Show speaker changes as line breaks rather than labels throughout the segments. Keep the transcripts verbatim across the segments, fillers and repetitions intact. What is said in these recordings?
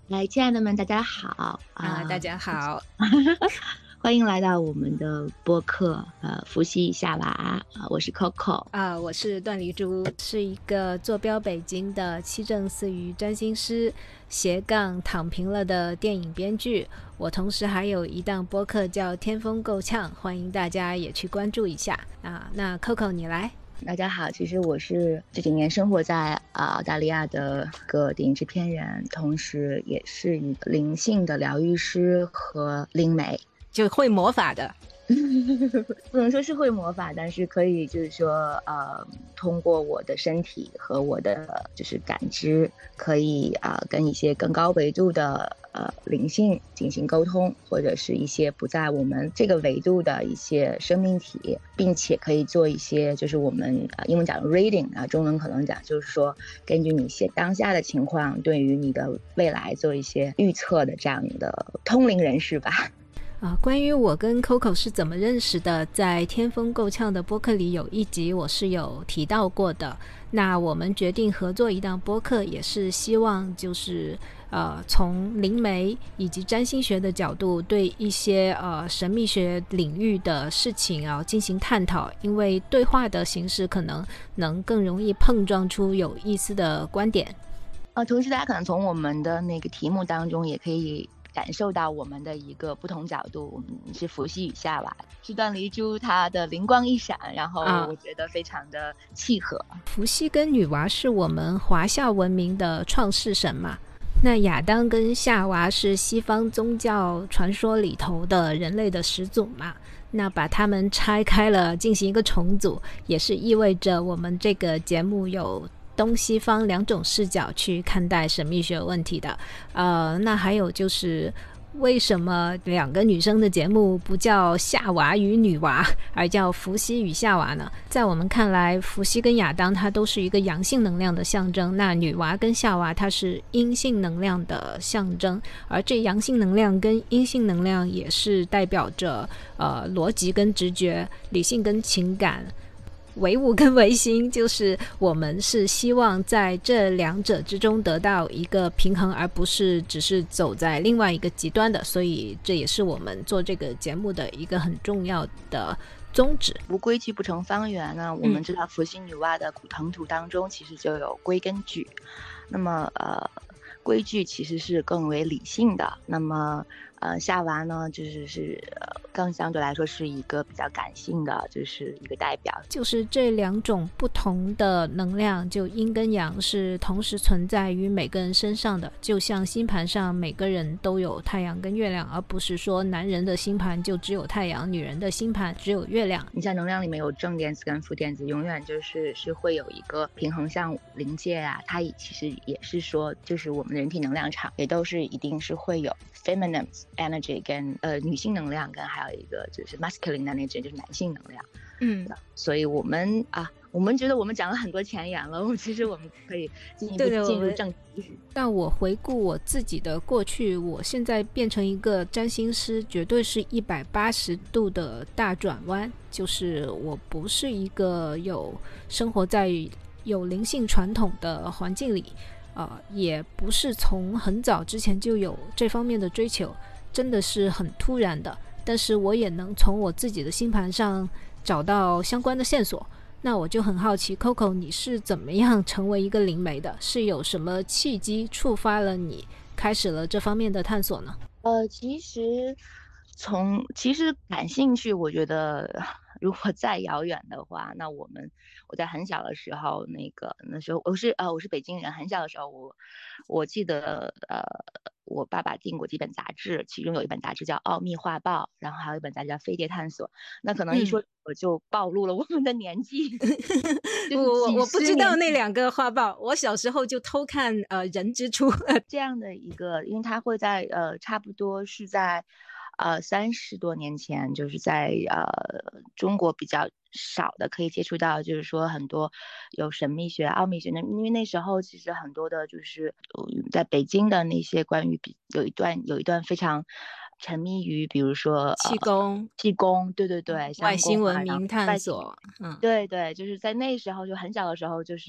来，亲爱的们，大家好
啊！大家好，
欢迎来到我们的播客，呃，伏羲与夏娃啊，我是 Coco
啊，我是段丽珠，是一个坐标北京的七正四余占星师，斜杠躺平了的电影编剧。我同时还有一档播客叫天风够呛，欢迎大家也去关注一下啊。那 Coco 你来。
大家好，其实我是这几年生活在啊澳大利亚的个电影制片人，同时也是一个灵性的疗愈师和灵媒，
就会魔法的。
不能说是会魔法，但是可以就是说呃通过我的身体和我的就是感知，可以啊、呃、跟一些更高维度的呃灵性进行沟通，或者是一些不在我们这个维度的一些生命体，并且可以做一些就是我们呃英文讲 reading 啊，中文可能讲就是说根据你现当下的情况，对于你的未来做一些预测的这样的通灵人士吧。
啊，关于我跟 Coco 是怎么认识的，在天风够呛的播客里有一集我是有提到过的。那我们决定合作一档播客，也是希望就是呃从灵媒以及占星学的角度，对一些呃神秘学领域的事情啊进行探讨，因为对话的形式可能能更容易碰撞出有意思的观点。
呃，同时大家可能从我们的那个题目当中也可以感受到我们的一个不同角度。我们是伏羲与夏娃，是段丽珠她的灵光一闪，然后我觉得非常的契合。
啊、伏羲跟女娲是我们华夏文明的创世神嘛，那亚当跟夏娃是西方宗教传说里头的人类的始祖嘛，那把他们拆开了进行一个重组，也是意味着我们这个节目有东西方两种视角去看待神秘学问题的。呃，那还有就是为什么两个女生的节目不叫夏娃与女娃，而叫伏羲与夏娃呢？在我们看来，伏羲跟亚当它都是一个阳性能量的象征，那女娃跟夏娃它是阴性能量的象征，而这阳性能量跟阴性能量也是代表着呃逻辑跟直觉，理性跟情感，唯物跟唯心，就是我们是希望在这两者之中得到一个平衡，而不是只是走在另外一个极端的，所以这也是我们做这个节目的一个很重要的宗旨。
无规矩不成方圆呢，我们知道伏羲女娲的古腾图当中其实就有规跟矩，那么呃规矩其实是更为理性的，那么呃夏娃呢就是是、呃、更相对来说是一个比较感性的，就是一个代表。
就是这两种不同的能量，就阴跟阳是同时存在于每个人身上的，就像星盘上每个人都有太阳跟月亮，而不是说男人的星盘就只有太阳，女人的星盘只有月亮。
你像能量里面有正电子跟负电子，永远就是是会有一个平衡。像灵界啊，它也其实也是说就是我们人体能量场也都是一定是会有 feminine energy 跟呃女性能量，跟还有一个就是 masculine energy 就是男性能量。
嗯，
所以我们啊我们觉得我们讲了很多前言了，我们其实我们可以进一步进入正题。
但我回顾我自己的过去，我现在变成一个占星师绝对是一百八十度的大转弯，就是我不是一个有生活在有灵性传统的环境里，呃，也不是从很早之前就有这方面的追求，真的是很突然的，但是我也能从我自己的星盘上找到相关的线索。那我就很好奇 Coco 你是怎么样成为一个灵媒的，是有什么契机触发了你开始了这方面的探索呢？
呃，其实从其实感兴趣，我觉得如果再遥远的话，那我们我在很小的时候，那个那时候我是呃我是北京人，很小的时候我我记得呃我爸爸订过几本杂志，其中有一本杂志叫《奥秘画报》，然后还有一本杂志叫《飞碟探索》。那可能一说我就暴露了我们的年纪。
嗯、我我不知道那两个画报，我小时候就偷看呃人之初
这样的一个，因为它会在呃差不多是在呃三十多年前，就是在呃中国比较少的可以接触到，就是说很多有神秘学、奥秘学的，因为那时候其实很多的就是在北京的那些关于比有一段有一段非常沉迷于比如说
气功、
呃、气功，对对对，
外星文
啊、
明探索，嗯，
对对，就是在那时候就很小的时候就是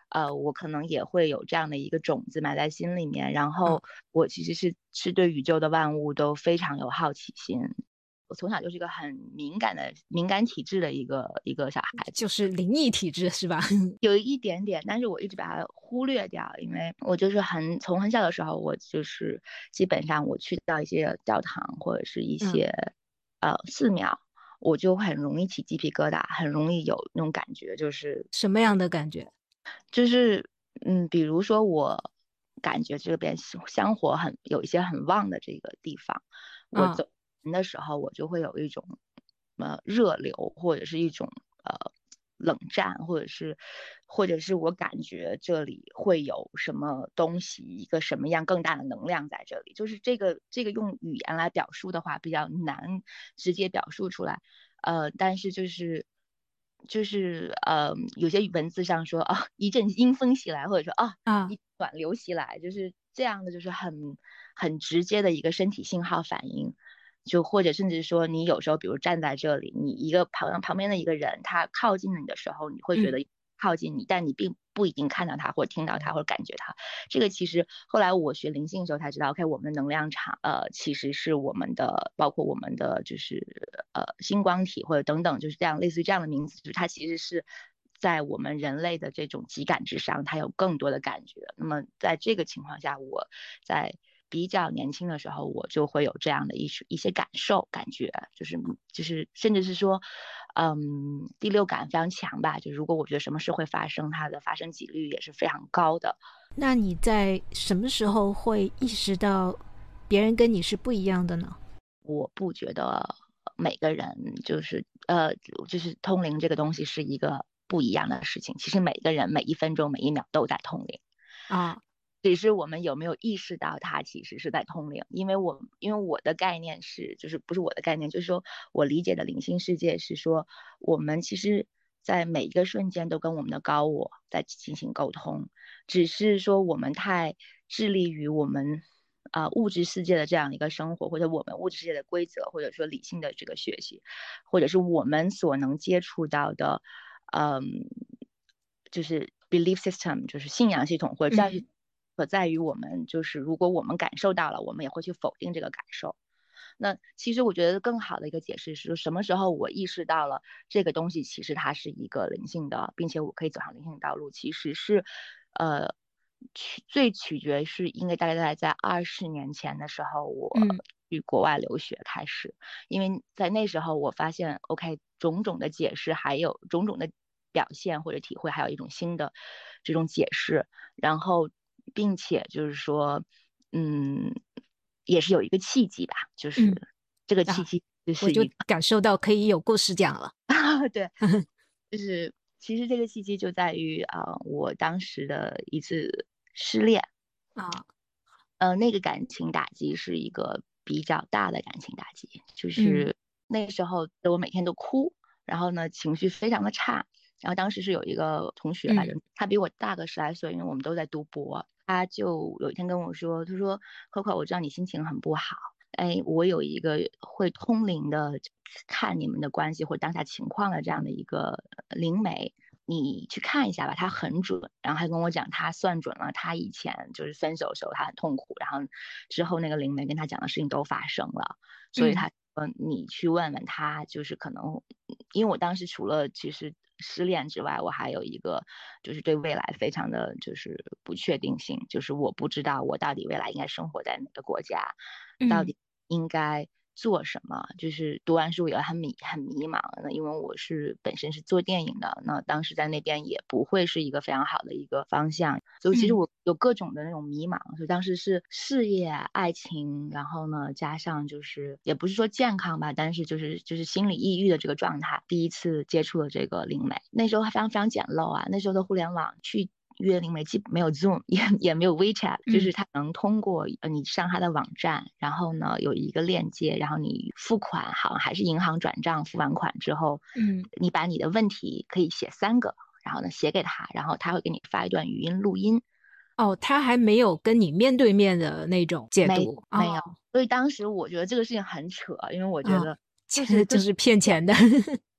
呃，我可能也会有这样的一个种子埋在心里面，然
嗯
后我其实是是对宇宙的万物都非常有好奇心。我从小就是一个很敏感的敏感体质的一个一个小孩子，
就是灵异体质是吧？
有一点点，但是我一直把它忽略掉，因为我就是很从很小的时候，我就是基本上我去到一些教堂或者是一
嗯
些、呃寺庙，我就很容易起鸡皮疙瘩，很容易有那种感觉，就是
什么样的感觉？
就是嗯，比如说我感觉这边香火很有一些很旺的这个地方，我
嗯
走的时候我就会有一种呃热流或者是一种呃冷战，或者是或者是我感觉这里会有什么东西，一个什么样更大的能量在这里，就是这个这个用语言来表述的话比较难直接表述出来，呃，但是就是就是呃，有些文字上说啊，一阵阴风袭来，或者说啊，
啊
一暖流袭来，就是这样的，就是很很直接的一个身体信号反应。就或者甚至说，你有时候比如站在这里，你一个旁旁边的一个人，他靠近你的时候，你会觉
嗯
得靠近你，但你并不一定看到他，或者听到他，或者感觉他。这个其实后来我学灵性的时候才知道，OK，我们的能量场，呃，其实是我们的，包括我们的就是呃星光体或者等等，就是这样类似于这样的名词，就是它其实是在我们人类的这种极感之上，它有更多的感觉。那么在这个情况下，我在比较年轻的时候，我就会有这样的一一些感受、感觉，就是就是甚至是说，嗯，第六感非常强吧。就如果我觉得什么事会发生，它的发生几率也是非常高的。
那你在什么时候会意识到别人跟你是不一样的呢？
我不觉得每个人就是呃，就是通灵这个东西是一个不一样的事情。其实每个人每一分钟每一秒都在通灵。
啊
只是我们有没有意识到它其实是在通灵？因为我因为我的概念是，就是不是我的概念，就是说我理解的灵性世界是说，我们其实在每一个瞬间都跟我们的高我在进行沟通，只是说我们太致力于我们啊、呃、物质世界的这样一个生活，或者我们物质世界的规则，或者说理性的这个学习，或者是我们所能接触到的，嗯，就是 belief system，就是信仰系统或者教育。
嗯
可在于我们就是如果我们感受到了，我们也会去否定这个感受。那其实我觉得更好的一个解释是，什么时候我意识到了这个东西其实它是一个灵性的，并且我可以走上灵性的道路，其实是呃取最取决是应该大概在二十年前的时候，我
嗯
去国外留学开始，因为在那时候我发现 OK 种种的解释还有种种的表现或者体会，还有一种新的这种解释，然后并且就是说，嗯，也是有一个契机吧，就
嗯
是这个契
啊，
机就
我就
是一个
感受到可以有故事讲了。
对，就是其实这个契机就在于啊、呃我当时的一次失恋，
啊
呃，那个感情打击是一个比较大的感情打击，就
嗯
是那时候我每天都哭，然后呢情绪非常的差，然后当时是有一个同学吧，
嗯
就他比我大个十来岁，因为我们都在读博，他就有一天跟我说，他说："Coco，我知道你心情很不好，哎，我有一个会通灵的，看你们的关系或当下情况的这样的一个灵媒。"你去看一下吧，他很准。然后还跟我讲，他算准了，他以前就是分手的时候他很痛苦，然后之后那个灵媒跟他讲的事情都发生了，所以
嗯
他说你去问问他，就是可能，因为我当时除了其实失恋之外，我还有一个就是对未来非常的就是不确定性，就是我不知道我到底未来应该生活在哪个国家，到
嗯
底应该做什么，就是读完书也很迷很迷茫。那因为我是本身是做电影的，那当时在那边也不会是一个非常好的一个方向，所以其实
嗯
我有各种的那种迷茫。所以当时是事业、爱情，然后呢加上就是也不是说健康吧，但是就是就是心理抑郁的这个状态。第一次接触了这个灵媒，那时候还非常非常简陋啊，那时候的互联网去约灵媒既没有 Zoom 也也没有 WeChat，就是
嗯
它能通过呃你上它的网站，然后呢有一个链接，然后你付款，好像还是银行转账，付完款之后，
嗯
你把你的问题可以写三个，然后呢写给他，然后他会给你发一段语音录音。
哦，他还没有跟你面对面的那种解
没
读哦
没有，所以当时我觉得这个事情很扯，因为我觉
啊，
得就
其实
是这
就是骗钱的。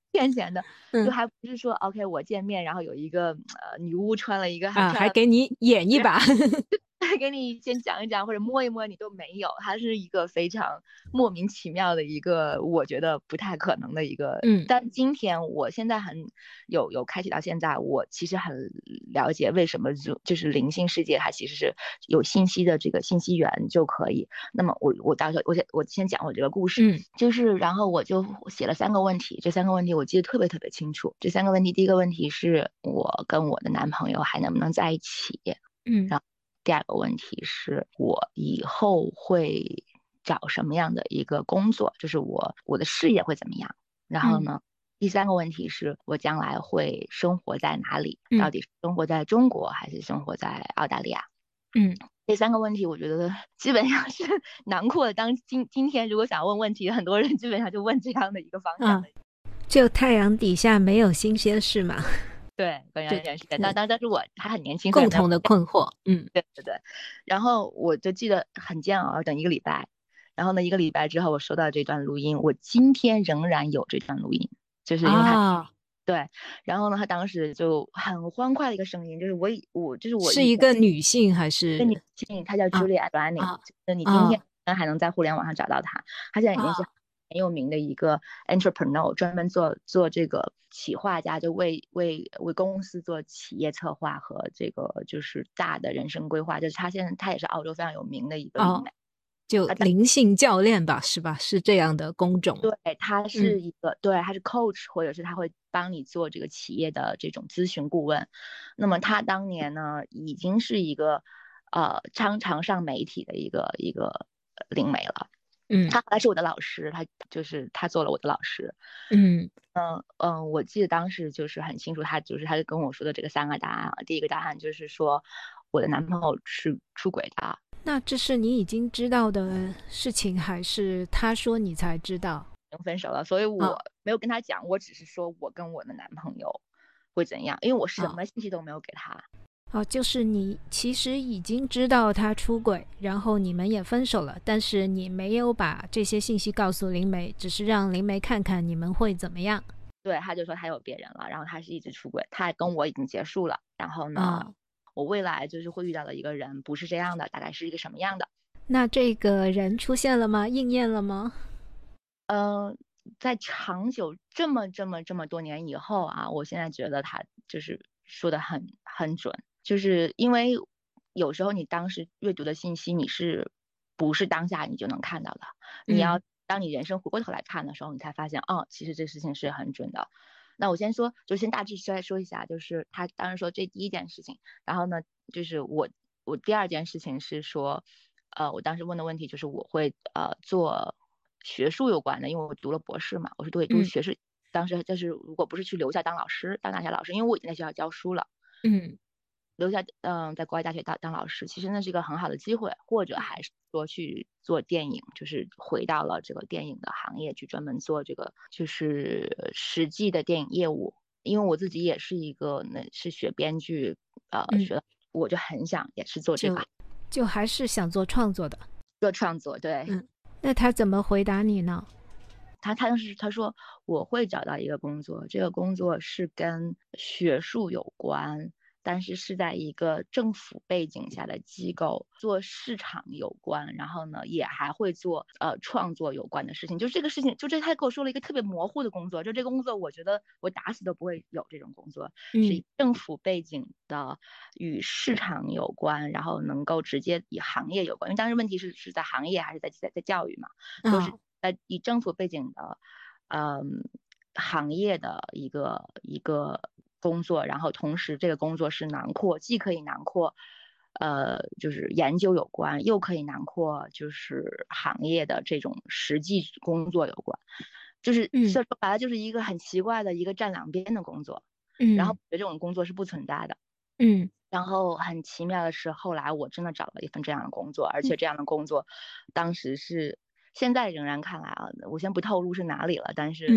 骗钱的，就
嗯
还不是说 OK 我见面，然后有一个呃女巫穿了一个很
啊，
漂亮的
还给你演一把。
给你先讲一讲或者摸一摸你都没有，它是一个非常莫名其妙的一个，我觉得不太可能的一个。
嗯
但今天我现在很有有开启到现在，我其实很了解为什么就就是灵性世界它其实是有信息的这个信息源就可以。那么我我到时候我先我先讲我这个故事，
嗯
就是然后我就写了三个问题，这三个问题我记得特别特别清楚。这三个问题，第一个问题是我跟我的男朋友还能不能在一起？
嗯
然后第二个问题是我以后会找什么样的一个工作，就是我我的事业会怎么样。然后呢，第三个问题是我将来会生活在哪里，到底是生活在中国还是生活在澳大利亚。
嗯，
这三个问题我觉得基本上是囊括了当今今天如果想问问题，很多人基本上就问这样的一个方向的。
啊，就太阳底下没有新鲜事嘛。
对，关于人是的，
是
当当但是我还很年轻，
共同的困惑。嗯，
对对对。然后我就记得很煎熬，等一个礼拜。然后呢，一个礼拜之后，我收到这段录音，我今天仍然有这段录音，就是因为他、
啊，
对。然后呢，他当时就很欢快的一个声音，就是我以我就是我
是
以前
一个女性还是
跟你性，她叫 Julia Branning，、
啊
就是你今天
啊
还能在互联网上找到她，她现在已经是
啊
很有名的一个 entrepreneur， 专门做做这个企划家，就为为为公司做企业策划和这个就是大的人生规划，就是她现在她也是澳洲非常有名的一个灵
哦，
媒。
就灵性教练吧，是吧？是这样的工种。
对，他是一个、嗯、对，他是 coach， 或者是他会帮你做这个企业的这种咨询顾问。那么他当年呢，已经是一个呃常常上媒体的一个一个灵媒了。
嗯，
他还是我的老师，他就是他做了我的老师。
嗯
嗯嗯，我记得当时就是很清楚，他就是他就跟我说的这个三个答案。第一个答案就是说，我的男朋友是出轨的。
那这是你已经知道的事情，还是他说你才知道？
已经分手了，所以我没有跟他讲，我只是说我跟我的男朋友会怎样，因为我什么信息都没有给他。
哦，就是你其实已经知道他出轨，然后你们也分手了，但是你没有把这些信息告诉灵媒，只是让灵媒看看你们会怎么样。
对，他就说他有别人了，然后他是一直出轨，他跟我已经结束了，然后呢、哦、我未来就是会遇到的一个人不是这样的，大概是一个什么样的。
那这个人出现了吗？应验了吗？
嗯、呃，在长久这么这么这么多年以后啊，我现在觉得他就是说的很很准，就是因为有时候你当时阅读的信息你是不是当下你就能看到的，你要当你人生回过头来看的时候，你才发现哦，其实这事情是很准的。那我先说，就先大致再说一下，就是他当时说这第一件事情，然后呢，就是我我第二件事情是说，呃，我当时问的问题就是我会呃做学术有关的，因为我读了博士嘛，我是读读学术、嗯，当时就是如果不是去留下当老师，当大学老师，因为我已经在学校教书了，
嗯，
留下嗯、呃、在国外大学当当老师，其实那是一个很好的机会，或者还是说去做电影，就是回到了这个电影的行业去专门做这个就是实际的电影业务，因为我自己也是一个那是学编剧呃、嗯、学，我就很想也是做这个，
就, 就还是想做创作的，
做创作，对，
嗯，那他怎么回答你呢？
他他当时他说我会找到一个工作，这个工作是跟学术有关，但是是在一个政府背景下的机构，做市场有关，然后呢也还会做呃创作有关的事情。就这个事情，就这他跟我说了一个特别模糊的工作，就这个工作我觉得我打死都不会有这种工作，
嗯、
是政府背景的，与市场有关，然后能够直接以行业有关。因为当时问题是是在行业还是在在在教育嘛，都是在以政府背景的嗯行业的一个一个工作，然后同时这个工作是囊括，既可以囊括呃就是研究有关，又可以囊括就是行业的这种实际工作有关，就是说白了就是一个很奇怪的一个站两边的工作，
嗯，
然后我觉得这种工作是不存在的，
嗯，
然后很奇妙的是后来我真的找了一份这样的工作，而且这样的工作当时是现在仍然看来啊，我先不透露是哪里了，但是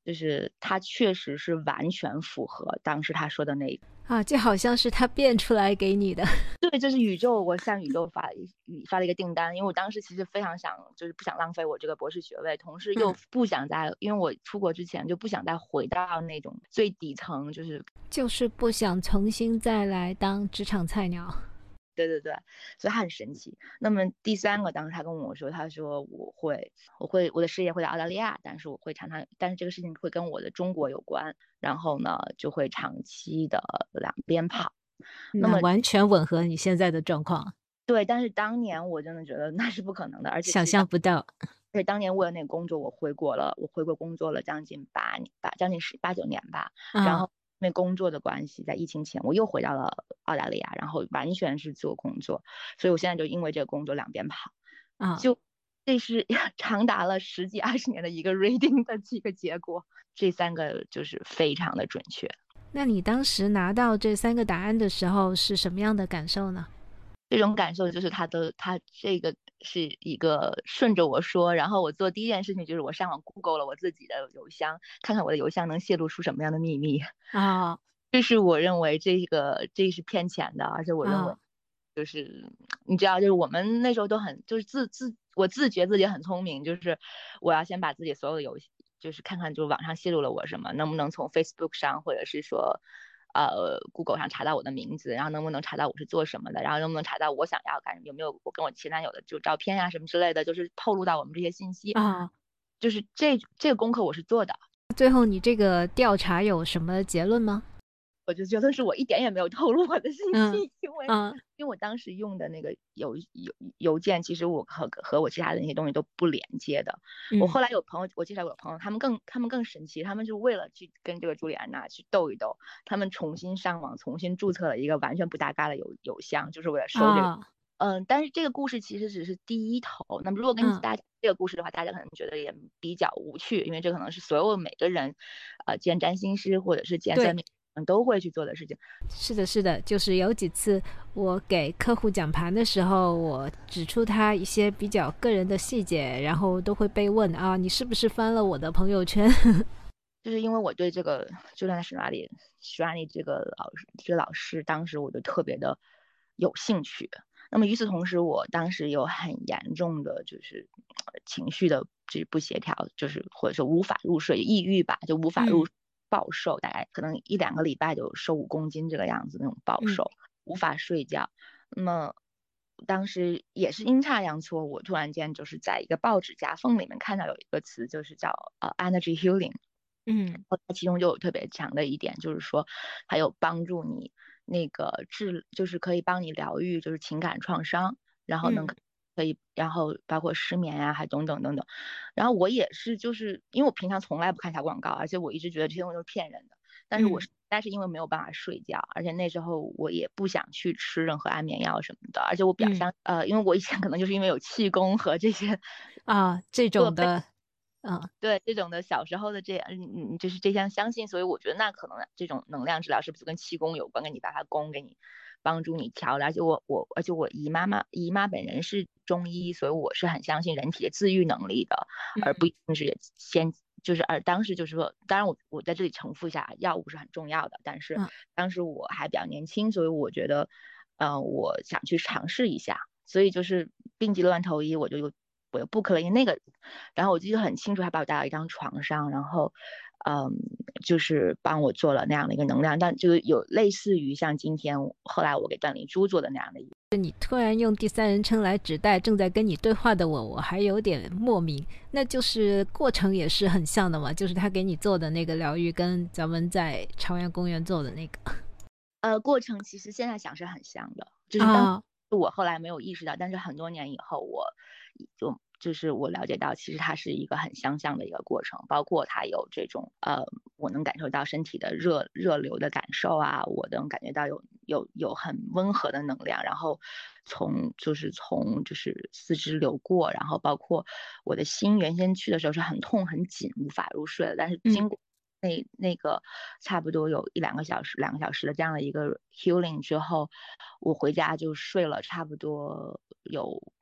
就是他确实是完全符合当时他说的那
啊，就好像是他变出来给你的。
对，这是宇宙，我向宇宙发发了一个订单，因为我当时其实非常想，就是不想浪费我这个博士学位，同时又不想再，因为我出国之前就不想再回到那种最底层，就是
就是不想重新再来当职场菜鸟。
对对对，所以他很神奇。那么第三个，当时他跟我说，他说我会，我会我的事业会在澳大利亚，但是我会常常，但是这个事情会跟我的中国有关，然后呢就会长期的两边跑。
那么完全吻合你现在的状况。
对，但是当年我真的觉得那是不可能的，而且
想象不到。
而且当年为了那个工作，我回国了，我回国工作了将近八年吧，将近十八九年吧。
嗯、
然后因为工作的关系，在疫情前我又回到了澳大利亚，然后完全是做工作，所以我现在就因为这个工作两边跑。
啊、
就这是长达了十几二十年的一个 reading 的这个结果，这三个就是非常的准确。
那你当时拿到这三个答案的时候是什么样的感受呢？
这种感受就是他的他这个是一个顺着我说，然后我做第一件事情就是我上网 Google 了我自己的邮箱，看看我的邮箱能泄露出什么样的秘密
啊、哦。
这是我认为这个这是骗钱的，而且我认为就是、哦、你知道，就是我们那时候都很就是自自我自觉自己很聪明，就是我要先把自己所有的邮就是看看就网上泄露了我什么，能不能从 Facebook 上或者是说呃 Google 上查到我的名字，然后能不能查到我是做什么的，然后能不能查到我想要干什么，有没有我跟我前男友的就照片呀、啊、什么之类的，就是透露到我们这些信息
啊、哦。
就是这这个功课我是做的。
最后你这个调查有什么结论吗？
我就觉得是我一点也没有透露我的信息，
嗯、
因为、
嗯、
因为我当时用的那个邮邮邮件，其实我和和我其他的那些东西都不连接的。嗯、我后来有朋友，我介绍过朋友，他们更他们更神奇，他们就为了去跟这个朱莉安娜去斗一斗，他们重新上网，重新注册了一个完全不搭嘎的邮邮箱，就是为了收这个。哦嗯，但是这个故事其实只是第一头。那么如果跟大家这个故事的话，嗯、大家可能觉得也比较无趣，因为这可能是所有每个人，呃，见占星师或者是见算命都会去做的事情。
是的，是的，就是有几次我给客户讲盘的时候，我指出他一些比较个人的细节，然后都会被问啊，你是不是翻了我的朋友圈？
就是因为我对这个就在史拉里史拉里这个老师这个老师，当时我就特别的有兴趣。那么与此同时，我当时有很严重的就是情绪的就是不协调，就是或者说无法入睡，抑郁吧，就无法入睡。嗯暴瘦，大概可能一两个礼拜就瘦五公斤这个样子，那种暴瘦，嗯、无法睡觉。那么当时也是阴差阳错，我突然间就是在一个报纸夹缝里面看到有一个词，就是叫呃 energy healing，嗯，它其中就有特别强的一点，就是说它有帮助你那个治，就是可以帮你疗愈，就是情感创伤，然后能。嗯可以，然后包括失眠啊，还等等等等。然后我也是，就是因为我平常从来不看小广告，而且我一直觉得这些东西都是骗人的。但是我实在是因为没有办法睡觉，而且那时候我也不想去吃任何安眠药什么的，而且我表现、嗯、呃，因为我以前可能就是因为有气功和这些
啊这种的。
嗯，对这种的小时候的这样，嗯，就是这样相信，所以我觉得那可能这种能量治疗是不是跟气功有关，跟你把它功给你帮助你调的。而且我我而且我姨妈妈姨妈本人是中医，所以我是很相信人体的自愈能力的，嗯、而不一定是先就是而当时就是说，当然我我在这里重复一下，药物是很重要的，但是当时我还比较年轻，所以我觉得，嗯、呃，我想去尝试一下，所以就是病急乱投医，我就有。我又 book 了一个那个，然后我记得很清楚，他把我带到一张床上，然后，嗯，就是帮我做了那样的一个能量，但就是有类似于像今天后来我给段丽珠做的那样的一个。
你突然用第三人称来指代正在跟你对话的我，我还有点莫名。那就是过程也是很像的嘛，就是他给你做的那个疗愈，跟咱们在朝阳公园做的那个。
呃，过程其实现在想是很像的，就是当我后来没有意识到，但是很多年以后我就就是我了解到，其实它是一个很相像的一个过程，包括它有这种呃，我能感受到身体的热热流的感受啊，我能感觉到有有有很温和的能量，然后从就是从就是四肢流过，然后包括我的心原先去的时候是很痛很紧，无法入睡的，但是经过、嗯。那那个差不多有一两个小时，两个小时的这样的一个 healing 之后，我回家就睡了差不多有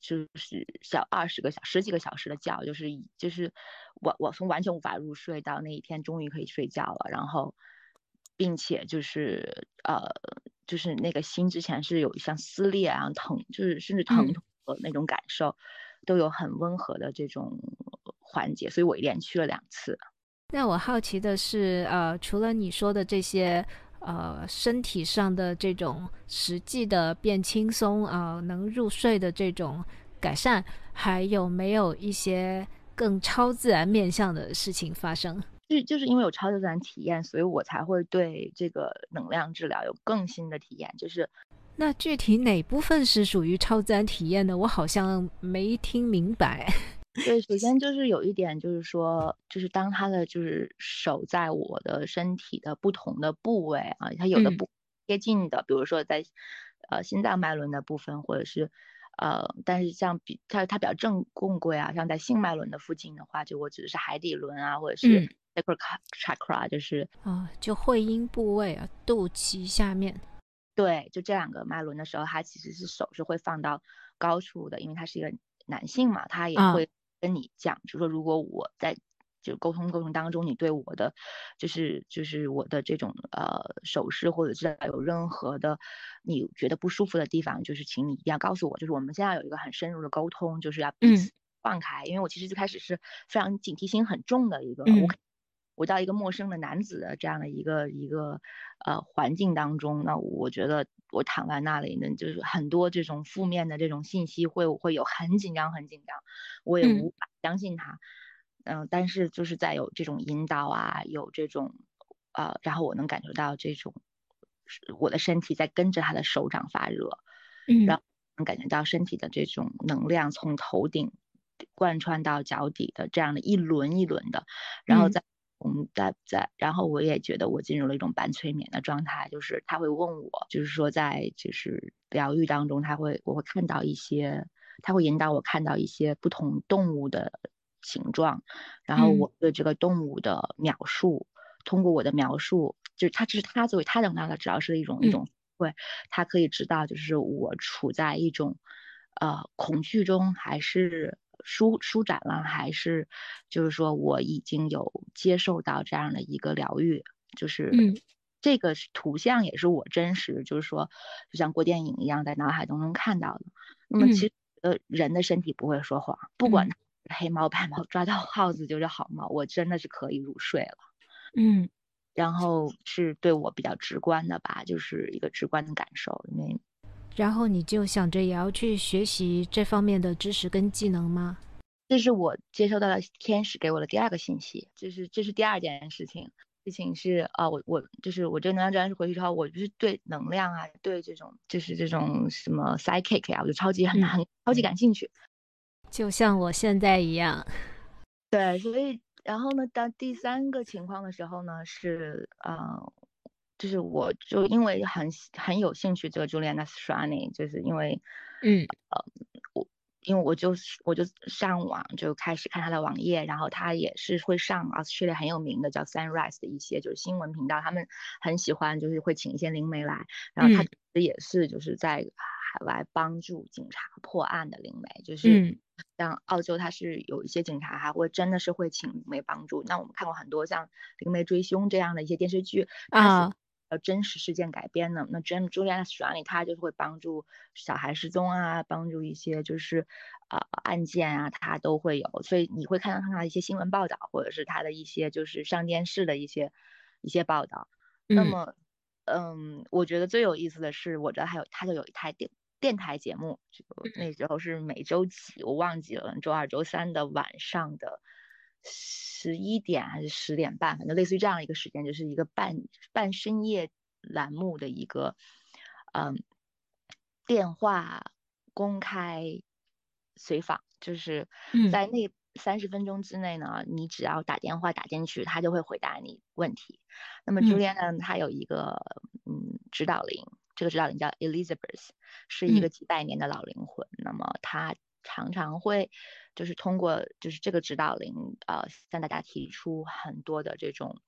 就是小二十个小十几个小时的觉，就是就是我我从完全无法入睡到那一天终于可以睡觉了，然后并且就是呃就是那个心之前是有像撕裂啊疼，就是甚至疼痛的那种感受，嗯、都有很温和的这种缓解，所以我一连去了两次。
那我好奇的是，呃，除了你说的这些，呃，身体上的这种实际的变轻松，呃，能入睡的这种改善，还有没有一些更超自然面向的事情发生？
就就是因为有超自然体验，所以我才会对这个能量治疗有更新的体验。就是
那具体哪部分是属于超自然体验的？我好像没听明白。
对，首先就是有一点，就是说，就是当他的就是手在我的身体的不同的部位啊，它有的不接近的，嗯、比如说在呃心脏脉轮的部分，或者是呃，但是像比它它比较正共规啊，像在性脉轮的附近的话，就我指的是海底轮啊，或者是 sacral chakra，、嗯、就是
啊、哦，就会阴部位啊，肚脐下面。
对，就这两个脉轮的时候，他其实是手是会放到高处的，因为他是一个男性嘛，他也会跟你讲，就说如果我在就沟通过程当中，你对我的就是就是我的这种呃手势或者是有任何的你觉得不舒服的地方，就是请你一定要告诉我，就是我们现在有一个很深入的沟通，就是要彼此放开，嗯、因为我其实最开始是非常警惕心很重的一个，嗯、我。我到一个陌生的男子的这样的一个一个呃环境当中，那我觉得我躺在那里呢，就是很多这种负面的这种信息会会有很紧张很紧张，我也无法相信他，嗯、呃，但是就是在有这种引导啊，有这种呃，然后我能感觉到这种我的身体在跟着他的手掌发热，嗯，然后能感觉到身体的这种能量从头顶贯穿到脚底的这样的一轮一轮的，然后再。嗯我们在在，然后我也觉得我进入了一种半催眠的状态，就是他会问我，就是说在就是疗愈当中，他会我会看到一些，他会引导我看到一些不同动物的形状，然后我对这个动物的描述，嗯、通过我的描述，就是他这是他作为他能量的指导是一种、嗯、一种会，他可以知道就是我处在一种呃恐惧中还是。舒舒展了，还是就是说我已经有接受到这样的一个疗愈，就是这个图像也是我真实，就是说就像过电影一样在脑海中能看到的。那么其实呃人的身体不会说谎，不管黑猫白猫抓到耗子就是好猫，我真的是可以入睡了。嗯，然后是对我比较直观的吧，就是一个直观的感受，因为。
然后你就想着也要去学习这方面的知识跟技能吗？
这是我接收到的天使给我的第二个信息，就是这是第二件事情。事情是啊、呃，我我就是我这个能量治疗师回去之后，我就是对能量啊，对这种就是这种什么 psychic 啊，我就超级很很超级感兴趣，
就像我现在一样。
对，所以然后呢，到第三个情况的时候呢，是呃。就是我就因为很很有兴趣这个 Juliana Srani， 就是因为嗯呃我因为我就我就上网就开始看他的网页，然后他也是会上 Australia 很有名的叫 Sunrise 的一些就是新闻频道，他们很喜欢就是会请一些灵媒来，然后他也是就是在海外帮助警察破案的灵媒，就是像澳洲他是有一些警察还会真的是会请灵媒帮助，那我们看过很多像灵媒追凶这样的一些电视剧啊。呃，真实事件改编的，那 Juliana Srani 他就会帮助小孩失踪啊，帮助一些就是呃案件啊，他都会有，所以你会看到他的一些新闻报道，或者是他的一些就是上电视的一些一些报道。嗯、那么，嗯，我觉得最有意思的是，我觉得还有他就有一台电电台节目，就那时候是每周几我忘记了，周二、周三的晚上的。十一点还是十点半，反正类似于这样一个时间，就是一个半半深夜栏目的一个，嗯，电话公开随访，就是在那三十分钟之内呢，嗯、你只要打电话打进去，他就会回答你问题。那么 Juliana 呢，她有一个嗯指导灵，这个指导灵叫 Elizabeth， 是一个几百年的老灵魂。嗯、那么她常常会就是通过就是这个指导灵呃向大家提出很多的这种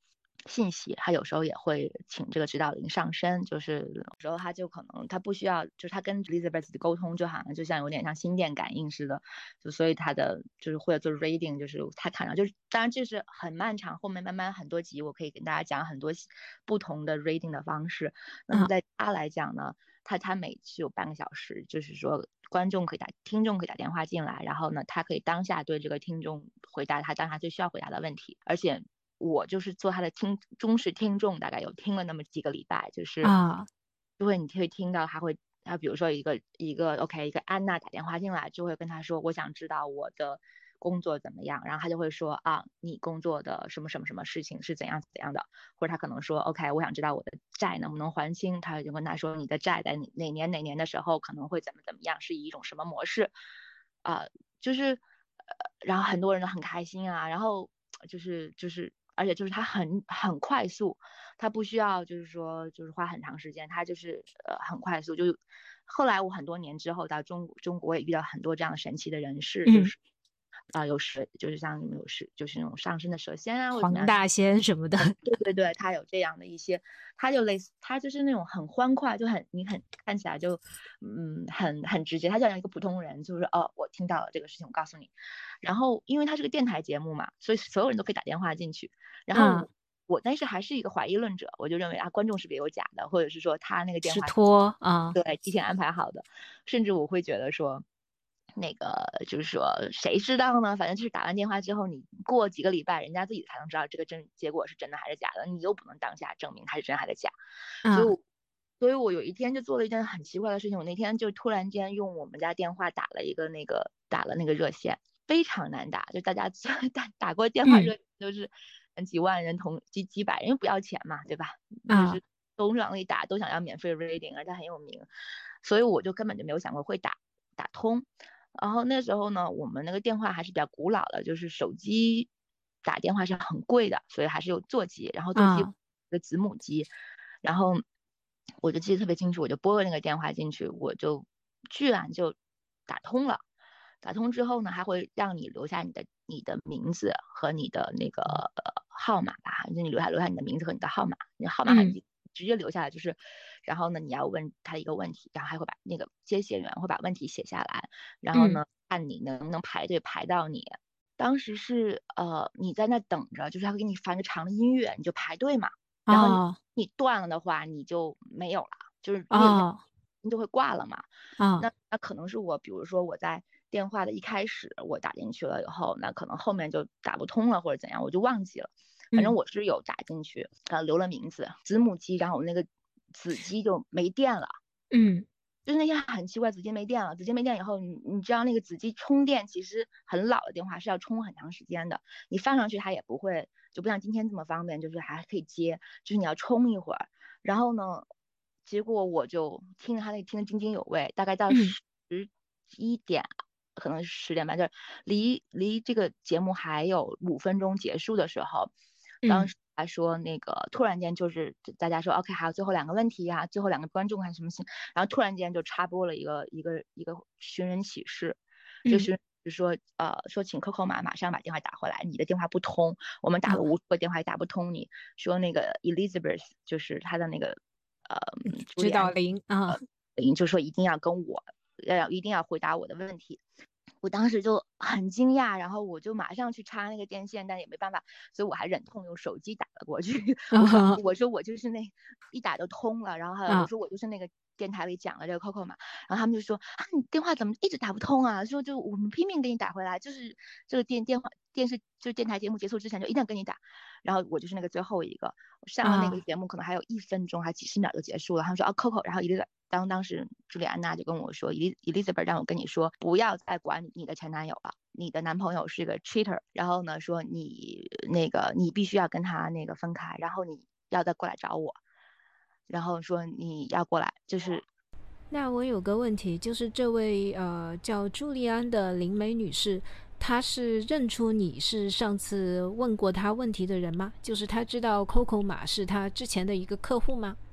信息，他有时候也会请这个指导灵上身，就是有时候他就可能他不需要，就是他跟 Elizabeth 的沟通就好像就像有点像心电感应似的，就所以他的就是会做 reading， 就是他看到就是当然这是很漫长，后面慢慢很多集我可以跟大家讲很多不同的 reading 的方式。那么在他来讲呢，他他每次有半个小时，就是说观众可以打听众可以打电话进来，然后呢他可以当下对这个听众回答他当下最需要回答的问题，而且我就是做他的听忠实听众，大概有听了那么几个礼拜，就是啊，就会你会听到他会他比如说一个一个 OK 一个安娜打电话进来，就会跟他说我想知道我的工作怎么样，然后他就会说啊你工作的什么什么什么事情是怎样怎样的，或者他可能说 OK 我想知道我的债能不能还清，他就跟他说你的债在哪年哪年的时候可能会怎么怎么样，是以一种什么模式啊、呃，就是呃然后很多人都很开心啊，然后就是就是而且就是他很很快速，他不需要就是说就是花很长时间，他就是呃很快速。就后来我很多年之后到中中国也遇到很多这样神奇的人士，嗯、就是啊、呃、有蛇，就是像有蛇，就是那种上升的蛇仙啊，
黄大仙什么的。
对对对，他有这样的一些，他就类似他就是那种很欢快，就很你很看起来就嗯很很直接，他就像一个普通人，就是哦我听到了这个事情，我告诉你。然后因为他是个电台节目嘛，所以所有人都可以打电话进去。然后我、嗯、我但是还是一个怀疑论者，我就认为啊观众是不是有假的，或者是说他那个电话
是托啊，
对提前安排好的，甚至我会觉得说。那个就是说谁知道呢，反正就是打完电话之后，你过几个礼拜人家自己才能知道这个真结果是真的还是假的，你又不能当下证明它是真还是假。嗯、所以我所以我有一天就做了一件很奇怪的事情，我那天就突然间用我们家电话打了一个那个打了那个热线，非常难打，就大家打打过电话热线都是几万人同几几百人，因为不要钱嘛，对吧？就是都往里打，都想要免费 reading， 而且很有名，所以我就根本就没有想过会打打通。然后那时候呢，我们那个电话还是比较古老的，就是手机打电话是很贵的，所以还是有座机，然后座机的子母机，啊、然后我就记得特别清楚，我就拨了那个电话进去，我就居然就打通了。打通之后呢，还会让你留下你的你的名字和你的那个、呃、号码吧，就你留下留下你的名字和你的号码，你的号码很直接留下来，就是，然后呢，你要问他一个问题，然后还会把那个接线员会把问题写下来，然后呢，嗯、看你能不能排队排到你。当时是呃你在那等着，就是他会给你发一个长的音乐，你就排队嘛，然后你、哦、你断了的话你就没有了，就是你有你就会挂了嘛。哦、那那可能是我，比如说我在电话的一开始我打进去了以后，那可能后面就打不通了或者怎样，我就忘记了。反正我是有打进去，然后留了名字，子母机，然后我那个子机就没电了。嗯，就是那天很奇怪，子机没电了。子机没电以后，你你知道那个子机充电其实很老的电话是要充很长时间的，你放上去它也不会，就不像今天这么方便，就是还可以接，就是你要充一会儿。然后呢，结果我就听着他那听得津津有味，大概到十一点。嗯可能十点半，就是离离这个节目还有五分钟结束的时候，当时还说那个突然间就是大家说 OK 还有最后两个问题啊，最后两个观众看什么信，然后突然间就插播了一个一个一个寻人启事，这个寻人就说呃说请 Coco 马马上把电话打回来，你的电话不通，我们打了无数个电话也打不通你，说那个 Elizabeth 就是他的那个呃
指导灵啊，
灵、呃、就说一定要跟我。要一定要回答我的问题，我当时就很惊讶，然后我就马上去插那个电线，但也没办法，所以我还忍痛用手机打了过去。我说我说我就是那一打就通了，然后还有我说我就是那个电台里讲的这个 Coco 嘛，然后他们就说啊你电话怎么一直打不通啊？说就我们拼命给你打回来，就是这个电电话电视就电台节目结束之前就一定要跟你打，然后我就是那个最后一个，我上了那个节目可能还有一分钟还几十秒就结束了，他们说啊 Coco， 然后一个。当当时朱莉安娜就跟我说 Elizabeth 让我跟你说不要再管你的前男友了，你的男朋友是个 cheater， 然后呢说你那个你必须要跟他那个分开，然后你要再过来找我，然后说你要过来。就是
那我有个问题，就是这位呃叫朱莉安的灵媒女士，她是认出你是上次问过她问题的人吗？就是她知道 Coco 马是她之前的一个客户吗？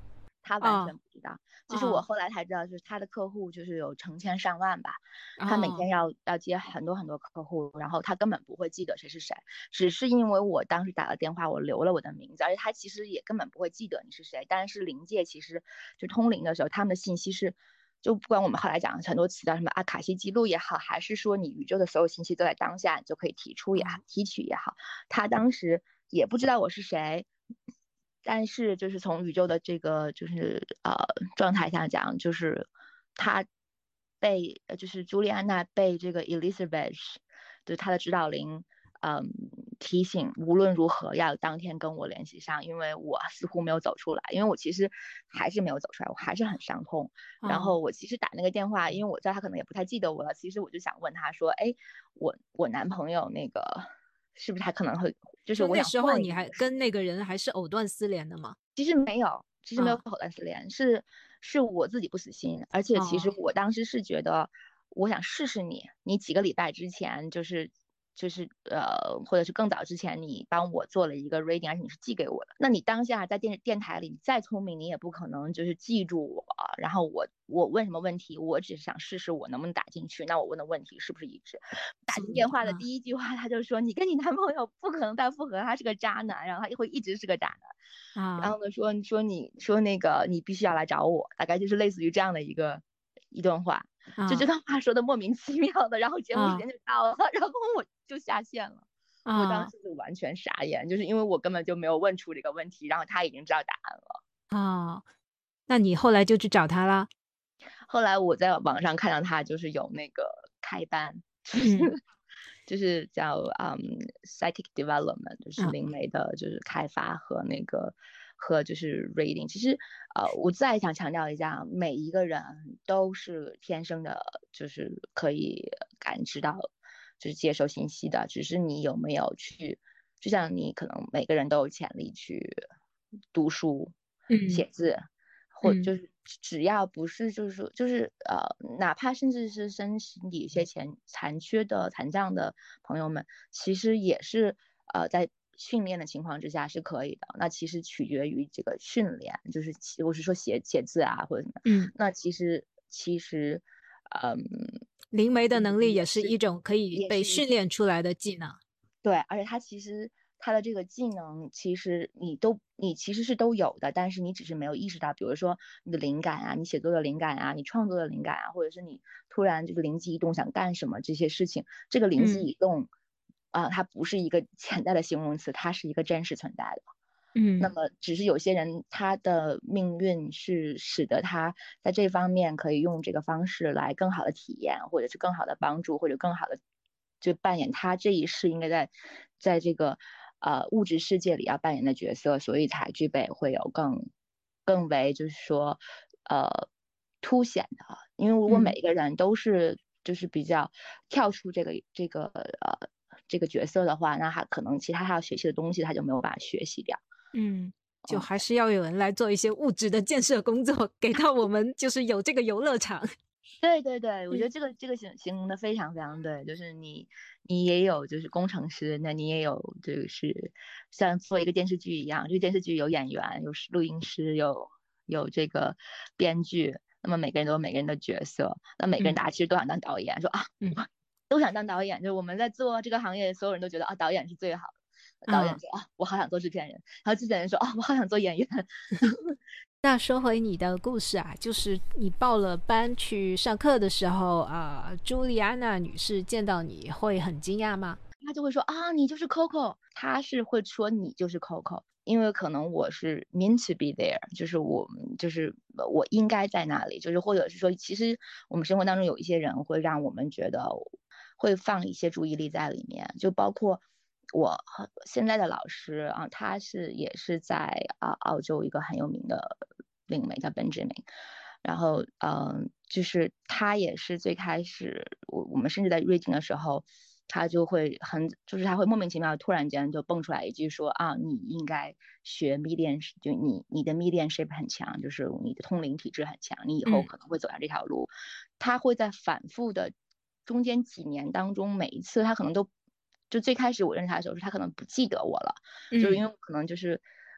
他完
哦
全不知道。就是我
哦
后来才知道，就是他的客户就是有成千上万吧，他每
哦
天要要接很多很多客户，然后他根本不会记得谁是谁，只是因为我当时打了电话，我留了我的名字，而且他其实也根本不会记得你是谁。但是灵界其实就通灵的时候，他们的信息是。就不管我们后来讲很多词叫什么阿卡西记录也好，还是说你宇宙的所有信息都在当下，你就可以提出也好，
哦
提取也好，他当时也不知道我是谁，但是就是从宇宙的这个就是呃状态下讲，就是他被就是朱莉安娜被这个 Elizabeth 就是她的指导灵嗯提醒无论如何要当天跟我联系上，因为我似乎没有走出来，因为我其实还是没有走出来，我还是很伤痛。然
哦，
后我其实打那个电话，因为我知道他可能也不太记得我了，其实我就想问他说，哎，我我男朋友那个是不是他可能会，就是
就
我想
那时候你
换一个模式。
还跟那个人还是藕断丝连的吗？
其实没有，其实没有
啊
口单丝连，是是我自己不死心，而且其实
哦
我当时是觉得，我想试试你，你几个礼拜之前就是就是呃，或者是更早之前，你帮我做了一个 reading，而且你是寄给我的，那你当下在电电台里，你再聪明，你也不可能就是记住我，然后我我问什么问题，我只是想试试我能不能打进去，那我问的问题是不是一致？打进电话的
啊
第一句话，他就说你跟你男朋友不可能再复合，他是个渣男，然后他会一直是个渣男。然
啊
后呢说说你说那个你必须要来找我，大概就是类似于这样的一个一段话，就这
啊
段话说的莫名其妙的，然后节目时
啊
间就到了，然后我就下线了。我当
啊
时就完全傻眼，就是因为我根本就没有问出这个问题，然后他已经知道答案了。
啊！那你后来就去找他啦？
后来我在网上看到他就是有那个开班，
嗯
就是叫嗯 psychic development，就是
啊
灵媒的，就是开发和那个和就是 reading。其实呃，我再想强调一下，每一个人都是天生的，就是可以感知到，就是接收信息的，只是你有没有去，就像你可能每个人都有潜力去读书、
嗯
写字。或
嗯
就是只要不是就是说就是呃，哪怕甚至是身体里一些残残缺的残障的朋友们，其实也是呃在训练的情况之下是可以的。那其实取决于这个训练，就是我是说写写字啊或者什么。
嗯，
那其实其实嗯，
灵媒的能力也
也是
是一种可以被
也是一
训练出来的技能。
对，而且他其实他的这个技能，其实你都你其实是都有的，但是你只是没有意识到，比如说你的灵感啊，你写作的灵感啊，你创作的灵感啊，或者是你突然这个灵机一动想干什么这些事情，这个灵机
嗯
一动啊、它不是一个潜在的形容词，它是一个真实存在的。那
嗯
么，只是有些人他的命运是使得他在这方面可以用这个方式来更好的体验，或者是更好的帮助，或者更好的就扮演他这一世应该在在这个呃物质世界里要扮演的角色，所以才具备会有更更为就是说呃凸显的。因为如果每
嗯
一个人都是就是比较跳出这个这个呃这个角色的话，那他可能其他他要学习的东西他就没有办法学习掉。
嗯，就
嗯，
还是要有人来做一些物质的建设工作，给到我们就是有这个游乐场。
对对对，我觉得
嗯
这个这个形形容的非常非常对，就是你你也有就是工程师，那你也有就是像做一个电视剧一样，这个电视剧有演员，有录音师，有有这个编剧，那么每个人都有每个人的角色，那每个人
嗯
大家其实都想当导演，说啊，
嗯
我都想当导演，就是我们在做这个行业，所有人都觉得啊，导演是最好的，导演
啊。
说啊，我好想做制片人，然后制片人说啊，我好想做演员。
那说回你的故事啊，就是你报了班去上课的时候，啊，朱莉安娜女士见到你会很惊讶吗？
他就会说啊，你就是 Coco，他是会说你就是 Coco，因为可能我是 meant to be there，就是我就是我应该在那里，就是或者是说，其实我们生活当中有一些人会让我们觉得会放一些注意力在里面，就包括我现在的老师啊，他是也是在啊澳洲一个很有名的灵媒叫 Benjamin。然后，嗯、呃，就是他也是最开始，我我们甚至在 reading 的时候，他就会很，就是他会莫名其妙突然间就蹦出来一句说啊，你应该学 medium，就你你的 mediumship 很强，就是你的通灵体质很强，你以后
嗯
可能会走上这条路。他会在反复的中间几年当中，每一次他可能都，就最开始我认识他的时候，是他可能不记得我了，就是
嗯
因为可能就是。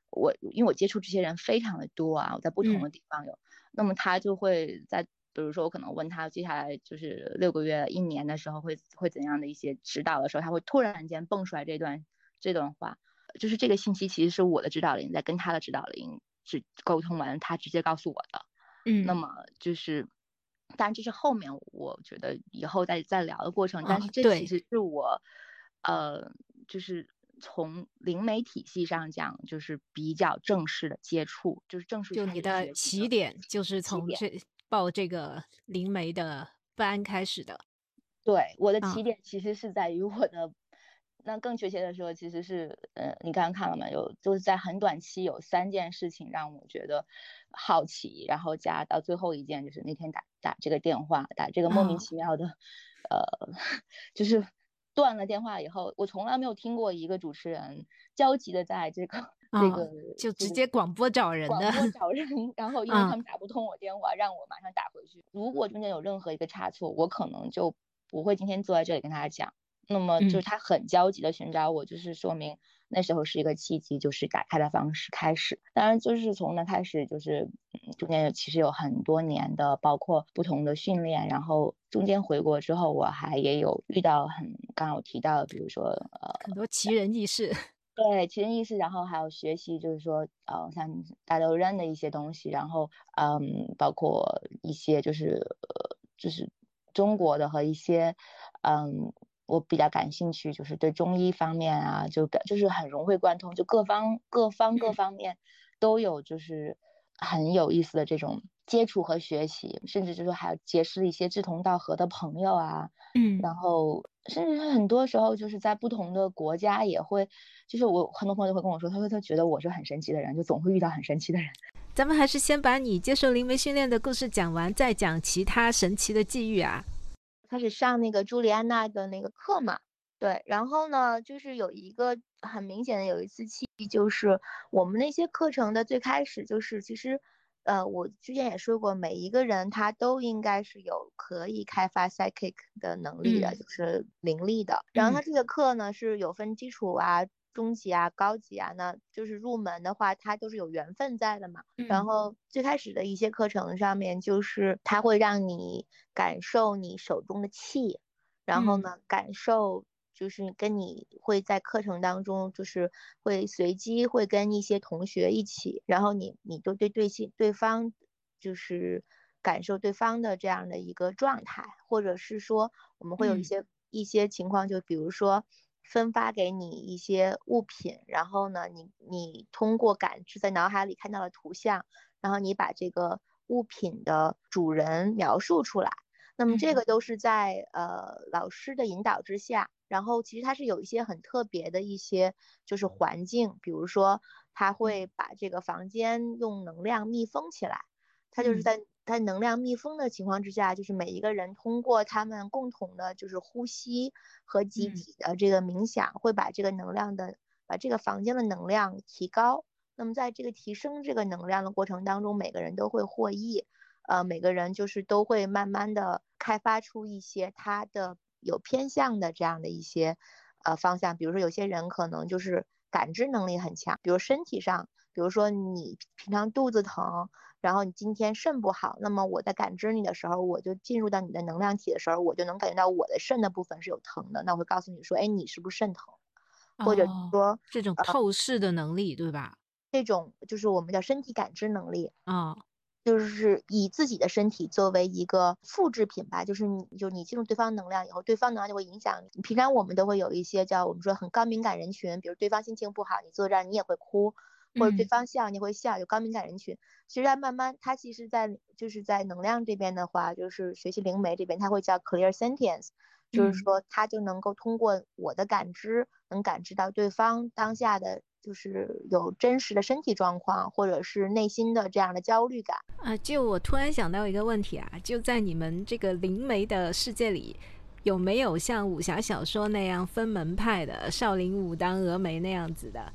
我因为我接触这些人非常的多啊，我在不同的地方有，嗯、那么他就会在比如说我可能问他接下来就是六个月一年的时候会会怎样的一些指导的时候，他会突然间蹦出来这段这段话，就是这个信息其实是我的指导灵在跟他的指导灵只沟通完，他直接告诉我的。嗯，那么就是当然这是后面我觉得以后再再聊的过程，但是这其实是我呃就是从灵媒体系上讲就是比较正式的接触，就是正式
就你的起点就是从这报这个灵媒的班开始的。
对，我的起点其实是在于我的、嗯、那更确切的说其实是呃，你刚刚看了吗？有就是在很短期有三件事情让我觉得好奇，然后加到最后一件就是那天打打这个电话，打这个莫名其妙的、哦、呃就是断了电话以后，我从来没有听过一个主持人焦急的在这个、哦、这个
就直接广播找人的，
广播找人，然后因为他们打不通我电话、嗯、让我马上打回去，如果中间有任何一个差错，我可能就不会今天坐在这里跟大家讲。那么就是他很焦急的寻找我、嗯、就是说明那时候是一个契机，就是打开的方式开始。当然就是从那开始就是嗯，中间其实有很多年的包括不同的训练，然后中间回国之后我还也有遇到很刚刚有提到的比如说呃
很多奇人异事，
对奇人异事，然后还有学习就是说呃像大都认的一些东西，然后嗯包括一些就是呃就是中国的和一些嗯我比较感兴趣，就是对中医方面啊，就就是很融会贯通，就各方各方各方面都有，就是很有意思的这种接触和学习，甚至就是还有结识一些志同道合的朋友啊，嗯，然后甚至很多时候就是在不同的国家也会，就是我很多朋友会跟我说，他说他觉得我是很神奇的人，就总会遇到很神奇的人。
咱们还是先把你接受灵媒训练的故事讲完，再讲其他神奇的际遇啊。
开始上那个朱莉安娜的那个课嘛，对，然后呢就是有一个很明显的有一次契机，就是我们那些课程的最开始就是其实呃我之前也说过，每一个人他都应该是有可以开发 psychic 的能力的、嗯、就是灵力的。然后他这个课呢是有分基础啊中级啊高级啊，那就是入门的话它都是有缘分在的嘛、嗯、然后最开始的一些课程上面就是它会让你感受你手中的气，然后呢、嗯、感受就是跟你会在课程当中就是会随机会跟一些同学一起，然后你你都对对对方就是感受对方的这样的一个状态，或者是说我们会有一些、嗯、一些情况，就比如说分发给你一些物品，然后呢你你通过感知在脑海里看到了图像，然后你把这个物品的主人描述出来，那么这个都是在、嗯、呃老师的引导之下，然后其实它是有一些很特别的一些就是环境，比如说他会把这个房间用能量密封起来，它就是在在能量密封的情况之下，就是每一个人通过他们共同的就是呼吸和集体的这个冥想、嗯、会把这个能量的把这个房间的能量提高，那么在这个提升这个能量的过程当中，每个人都会获益，呃，每个人就是都会慢慢的开发出一些他的有偏向的这样的一些呃方向，比如说有些人可能就是感知能力很强，比如身体上，比如说你平常肚子疼，然后你今天肾不好，那么我在感知你的时候，我就进入到你的能量体的时候，我就能感觉到我的肾的部分是有疼的，那我会告诉你说，哎，你是不是肾疼？或者说、哦、
这种透视的能力、呃、对吧？
这种就是我们叫身体感知能力
啊、哦，
就是以自己的身体作为一个复制品吧，就是你就你进入对方能量以后，对方能量就会影响你。平常我们都会有一些叫我们说很高敏感人群，比如对方心情不好，你坐这儿你也会哭，或者对方笑你会笑，有高敏感人群。其实它慢慢，它其实在就是在能量这边的话，就是学习灵媒这边，它会叫 clear sentience， 就是说它就能够通过我的感知，能感知到对方当下的。就是有真实的身体状况，或者是内心的这样的焦虑感
啊。就我突然想到一个问题啊，就在你们这个灵媒的世界里，有没有像武侠小说那样分门派的少林、武当、峨眉那样子的？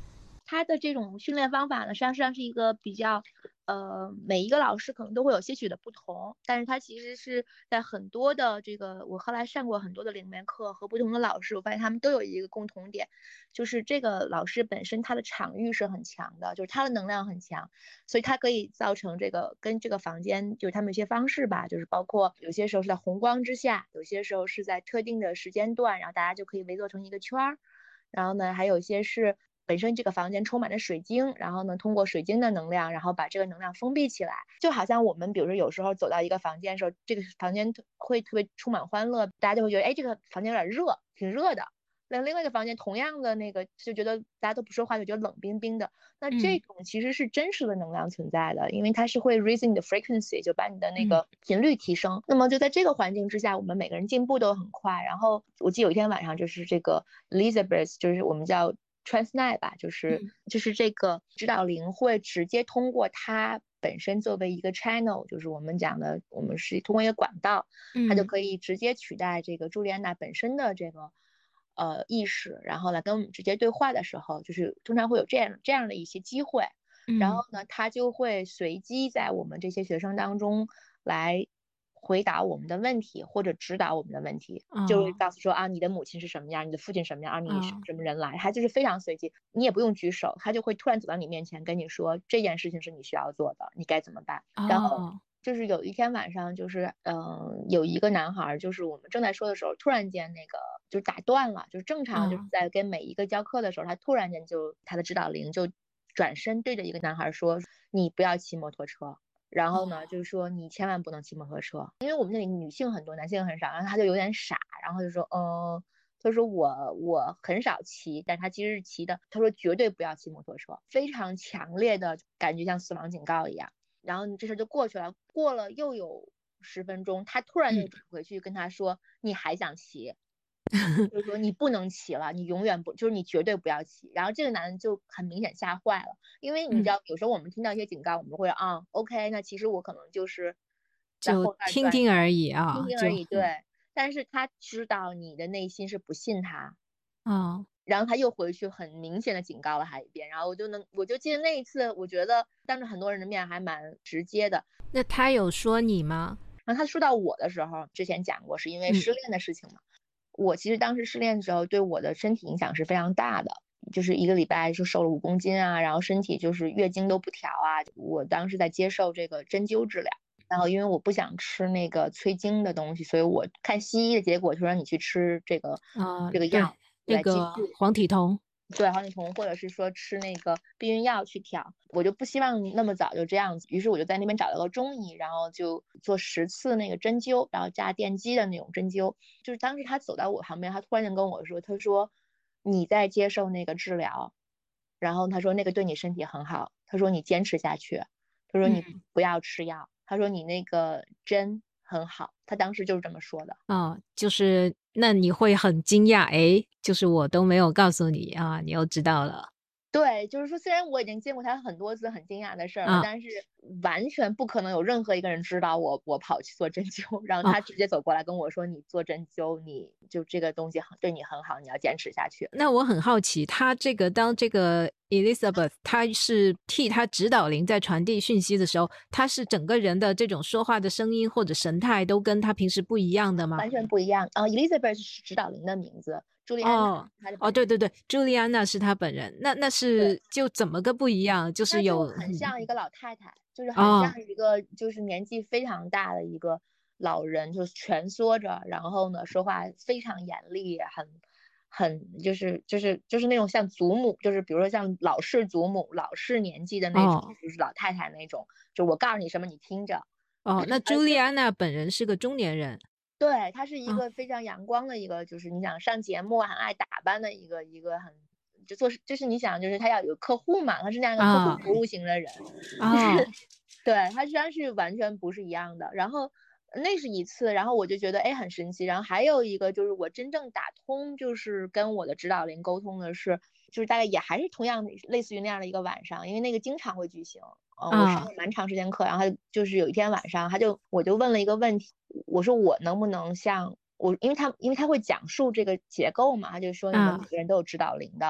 他的这种训练方法呢，实际上是一个比较，呃，每一个老师可能都会有些许的不同，但是他其实是在很多的这个，我后来上过很多的领面课和不同的老师，我发现他们都有一个共同点，就是这个老师本身他的场域是很强的，就是他的能量很强，所以他可以造成这个跟这个房间，就是他们有些方式吧，就是包括有些时候是在红光之下，有些时候是在特定的时间段，然后大家就可以围坐成一个圈儿。然后呢，还有一些是本身这个房间充满着水晶，然后呢，通过水晶的能量，然后把这个能量封闭起来，就好像我们比如说有时候走到一个房间的时候，这个房间会特别充满欢乐，大家就会觉得，哎，这个房间有点热，挺热的。那另外一个房间同样的那个就觉得大家都不说话，就觉得冷冰冰的。那这种其实是真实的能量存在的，嗯、因为它是会 raise 你的 frequency， 就把你的那个频率提升。嗯、那么就在这个环境之下，我们每个人进步都很快。然后我记得有一天晚上，就是这个 Elizabeth， 就是我们叫 Transnight 吧，就是就是这个指导灵会直接通过它本身作为一个 channel， 就是我们讲的，我们是通过一个管道，它就可以直接取代这个朱莉安娜本身的这个。呃，意识，然后来跟我们直接对话的时候，就是通常会有这样这样的一些机会，然后呢，他就会随机在我们这些学生当中来回答我们的问题，或者指导我们的问题，哦、就会告诉说啊，你的母亲是什么样，你的父亲什么样，啊，你是什么人来，他就是非常随机，你也不用举手，他就会突然走到你面前跟你说这件事情是你需要做的，你该怎么办，哦、然后。就是有一天晚上，就是嗯、呃，有一个男孩，就是我们正在说的时候，突然间那个就打断了，就是正常就是在跟每一个教课的时候，他突然间就他的指导灵就转身对着一个男孩说：“你不要骑摩托车。”然后呢，就是说你千万不能骑摩托车，因为我们那里女性很多，男性很少。然后他就有点傻，然后就说：“嗯、呃，他说我我很少骑，但他其实是骑的。他说绝对不要骑摩托车，非常强烈的感觉像死亡警告一样。”然后这事就过去了，过了又有十分钟，他突然又转回去跟他说：“嗯、你还想骑？”就是说你不能骑了，你永远不，就是你绝对不要骑。然后这个男人就很明显吓坏了，因为你知道，有时候我们听到一些警告，我们会啊、嗯、，OK， 那其实我可能就是在后
就听听而已啊，
听听而已，对。但是他知道你的内心是不信他，
哦。
然后他又回去很明显的警告了他一遍，然后我就能我就记得那一次，我觉得当着很多人的面还蛮直接的。
那他有说你吗？
然后他说到我的时候，之前讲过是因为失恋的事情嘛、嗯、我其实当时失恋的时候对我的身体影响是非常大的，就是一个礼拜就瘦了五公斤啊，然后身体就是月经都不调啊，我当时在接受这个针灸治疗，然后因为我不想吃那个催经的东西，所以我看西医的结果就说你去吃这个、呃、这个药，
那个黄体酮，
对，黄体酮，或者是说吃那个避孕药去调，我就不希望那么早就这样子，于是我就在那边找了个中医，然后就做十次那个针灸，然后加电击的那种针灸。就是当时他走到我旁边，他突然间跟我说，他说你在接受那个治疗，然后他说那个对你身体很好，他说你坚持下去，他说你不要吃药、嗯、他说你那个针很好，他当时就是这么说的。
哦，就是那你会很惊讶，诶，就是我都没有告诉你啊，你又知道了。
对，就是说虽然我已经见过他很多次很惊讶的事儿了、啊、但是完全不可能有任何一个人知道我我跑去做针灸，然后他直接走过来跟我说、哦、你做针灸你就这个东西对你很好，你要坚持下去。
那我很好奇，他这个当这个 Elizabeth 他是替他指导灵在传递讯息的时候，他是整个人的这种说话的声音或者神态都跟他平时不一样的吗？
完全不一样啊、呃、Elizabeth 是指导灵的名字，朱莉安娜
哦哦，对对对，朱莉安娜是她本人，那那是就怎么个不一样？就是有
就很像一个老太太，就是很像一个、哦、就是年纪非常大的一个老人，就是蜷缩着，然后呢说话非常严厉，很很就是就是就是那种像祖母，就是比如说像老式祖母、老式年纪的那种、哦、就是老太太那种，就我告诉你什么你听着。
哦，那朱莉安娜本人是个中年人。
对，她是一个非常阳光的一个、哦、就是你想上节目很爱打扮的一个一个很就做就是你想就是她要有客户嘛，她是那样一个客户服务型的人啊、哦，对，她实际上是完全不是一样的。然后那是一次，然后我就觉得哎很神奇。然后还有一个就是我真正打通就是跟我的指导灵沟通的是，就是大概也还是同样的类似于那样的一个晚上，因为那个经常会举行。嗯，我上了蛮长时间课，然后就是有一天晚上，他就我就问了一个问题，我说我能不能像我，因为他因为他会讲述这个结构嘛，他就说你们每个人都有指导灵的，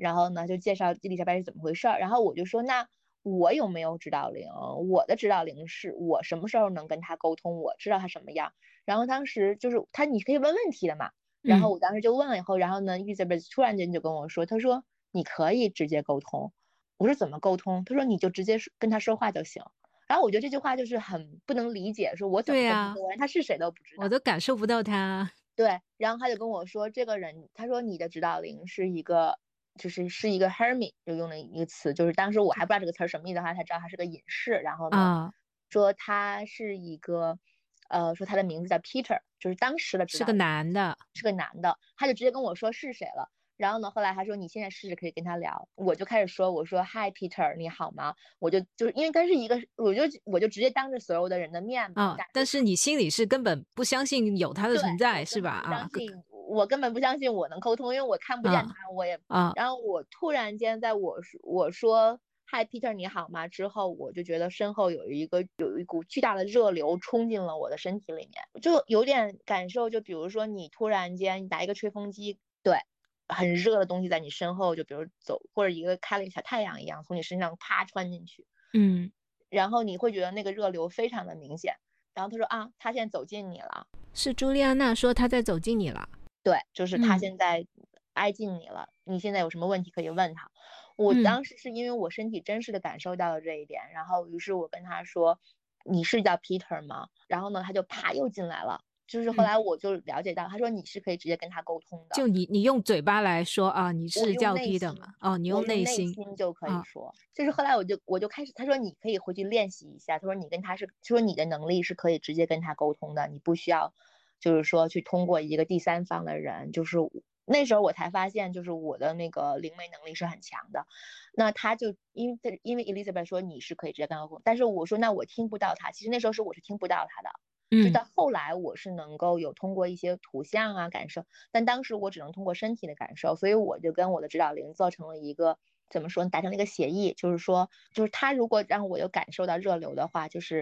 然后呢就介绍伊丽莎白是怎么回事儿，然后我就说那我有没有指导灵？我的指导灵是我什么时候能跟他沟通？我知道他什么样。然后当时就是他，你可以问问题的嘛。然后我当时就问了以后，然后呢 Elizabeth 突然间就跟我说，他说你可以直接沟通。我说怎么沟通？他说你就直接跟他说话就行。然后我觉得这句话就是很不能理解，说我怎么跟他沟通？他是谁都不知道，
我都感受不到他。
对，然后他就跟我说，这个人，他说你的指导灵是一个，就是是一个 hermit， 就用了一个词，就是当时我还不知道这个词儿什么意思，后来才知道他是个隐士。然后呢，
啊，
说他是一个，呃，说他的名字叫 Peter，就是当时的指
是个
导灵
男的。
是个男的，他就直接跟我说是谁了。然后呢，后来他说你现在试试可以跟他聊，我就开始说，我说 Hi Peter，你好吗？我就就是因为他是一个，我就我就直接当着所有的人的面嘛。
啊，但是你心里是根本不相信有他的
对，
存在，
我根本
是吧？啊，
不相信，我根本不相信我能沟通，因为我看不见
啊
他，我也。
啊
然后我突然间在我说我说 Hi Peter 你好吗之后，我就觉得身后有一个有一股巨大的热流冲进了我的身体里面，就有点感受，就比如说你突然间拿一个吹风机，对，很热的东西在你身后，就比如走或者一个开了一个小太阳一样从你身上啪穿进去，
嗯，
然后你会觉得那个热流非常的明显。然后他说啊，他现在走近你了。
是朱莉安娜说她在走近你了。
对，就是他
嗯
现在挨近你了，你现在有什么问题可以问他。我
嗯
当时是因为我身体真实的感受到了这一点，然后于是我跟他说，你是叫 Peter 吗？然后呢，他就啪又进来了。就是后
嗯，
来我就了解到，他说你是可以直接跟他沟通的，
就你你用嘴巴来说啊，你
我用
是叫
内
Peter
心，
吗？哦，你
我
用内心
用内心就可以
啊。
说。就是后来我就我就开始，他说你可以回去练习一下，他说你跟他是，他说你的能力是可以直接跟他沟通的，你不需要就是说去通过一个第三方的人。就是那时候我才发现，就是我的那个灵媒能力是很强的。那他就因为因为 Elizabeth 说你是可以直接跟他沟通，但是我说那我听不到他，其实那时候是我是听不到他的。就
嗯
到后来我是能够有通过一些图像啊感受，但当时我只能通过身体的感受，所以我就跟我的指导灵做成了一个怎么说，达成了一个协议，就是说，就是他如果让我有感受到热流的话，就是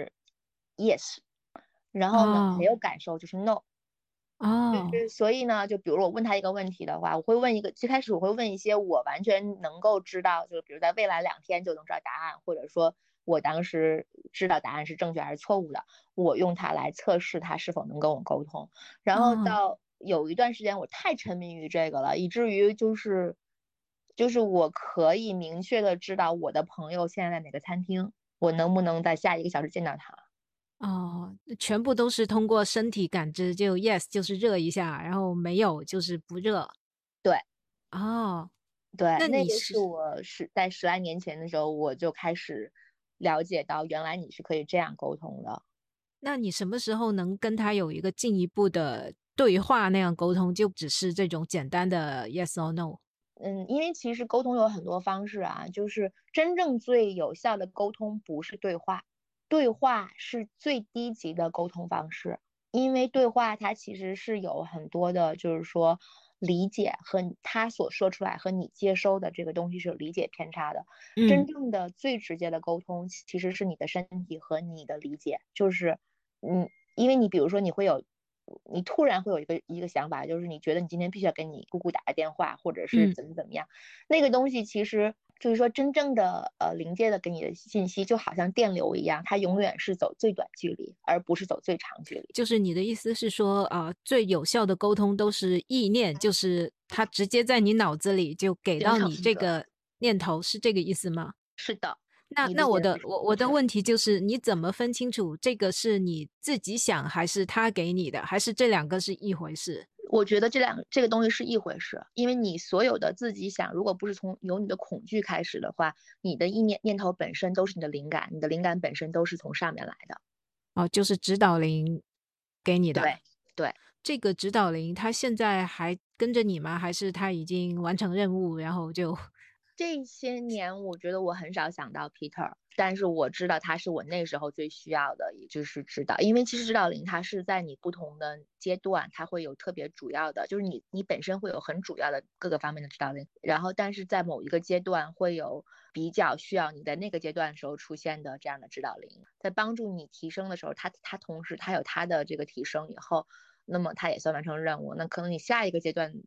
yes，然后呢没
哦
有感受就是 no。就
哦
是所以呢，就比如我问他一个问题的话，我会问一个，最开始我会问一些我完全能够知道，就比如在未来两天就能知道答案，或者说我当时知道答案是正确还是错误的，我用它来测试他是否能跟我沟通。然后
哦
到有一段时间我太沉迷于这个了，以至于就是就是我可以明确的知道我的朋友现在在哪个餐厅，我能不能在下一个小时见到他。
哦，全部都是通过身体感知，就 yes 就是热一下，然后没有就是不热。
对。
哦，
对，
那
那个是
你是
我是在十来年前的时候，我就开始了解到，原来你是可以这样沟通的。
那你什么时候能跟他有一个进一步的对话那样沟通，就只是这种简单的 yes or no？
嗯，因为其实沟通有很多方式啊，就是真正最有效的沟通不是对话，对话是最低级的沟通方式，因为对话它其实是有很多的，就是说理解和他所说出来和你接收的这个东西是有理解偏差的。真
嗯
正的最直接的沟通其实是你的身体和你的理解，就是嗯，因为你比如说你会有。你突然会有一个一个想法，就是你觉得你今天必须要跟你姑姑打个电话，或者是
嗯，
怎么怎么样，那个东西其实就是说真正的呃临界的给你的信息，就好像电流一样，它永远是走最短距离，而不是走最长距离。
就是你的意思是说，呃，最有效的沟通都是意念，就是他直接在你脑子里就给到你这个念头，是这个意思吗？
是的，
那
你理
那我的
解的非常正确。
我我的问题就是，你怎么分清楚这个是你自己想，还是他给你的，还是这两个是一回事？
我觉得这两这个东西是一回事，因为你所有的自己想，如果不是从由你的恐惧开始的话，你的意念念头本身都是你的灵感，你的灵感本身都是从上面来的。
哦，就是指导灵给你的。
对对。
这个指导灵他现在还跟着你吗？还是他已经完成任务，然后就
这些年我觉得我很少想到 Peter，但是我知道他是我那时候最需要的，也就是指导。因为其实指导灵它是在你不同的阶段，它会有特别主要的，就是你你本身会有很主要的各个方面的指导灵，然后但是在某一个阶段会有比较需要你在那个阶段时候出现的这样的指导灵，在帮助你提升的时候，它它同时它有它的这个提升以后，那么它也算完成任务。那可能你下一个阶段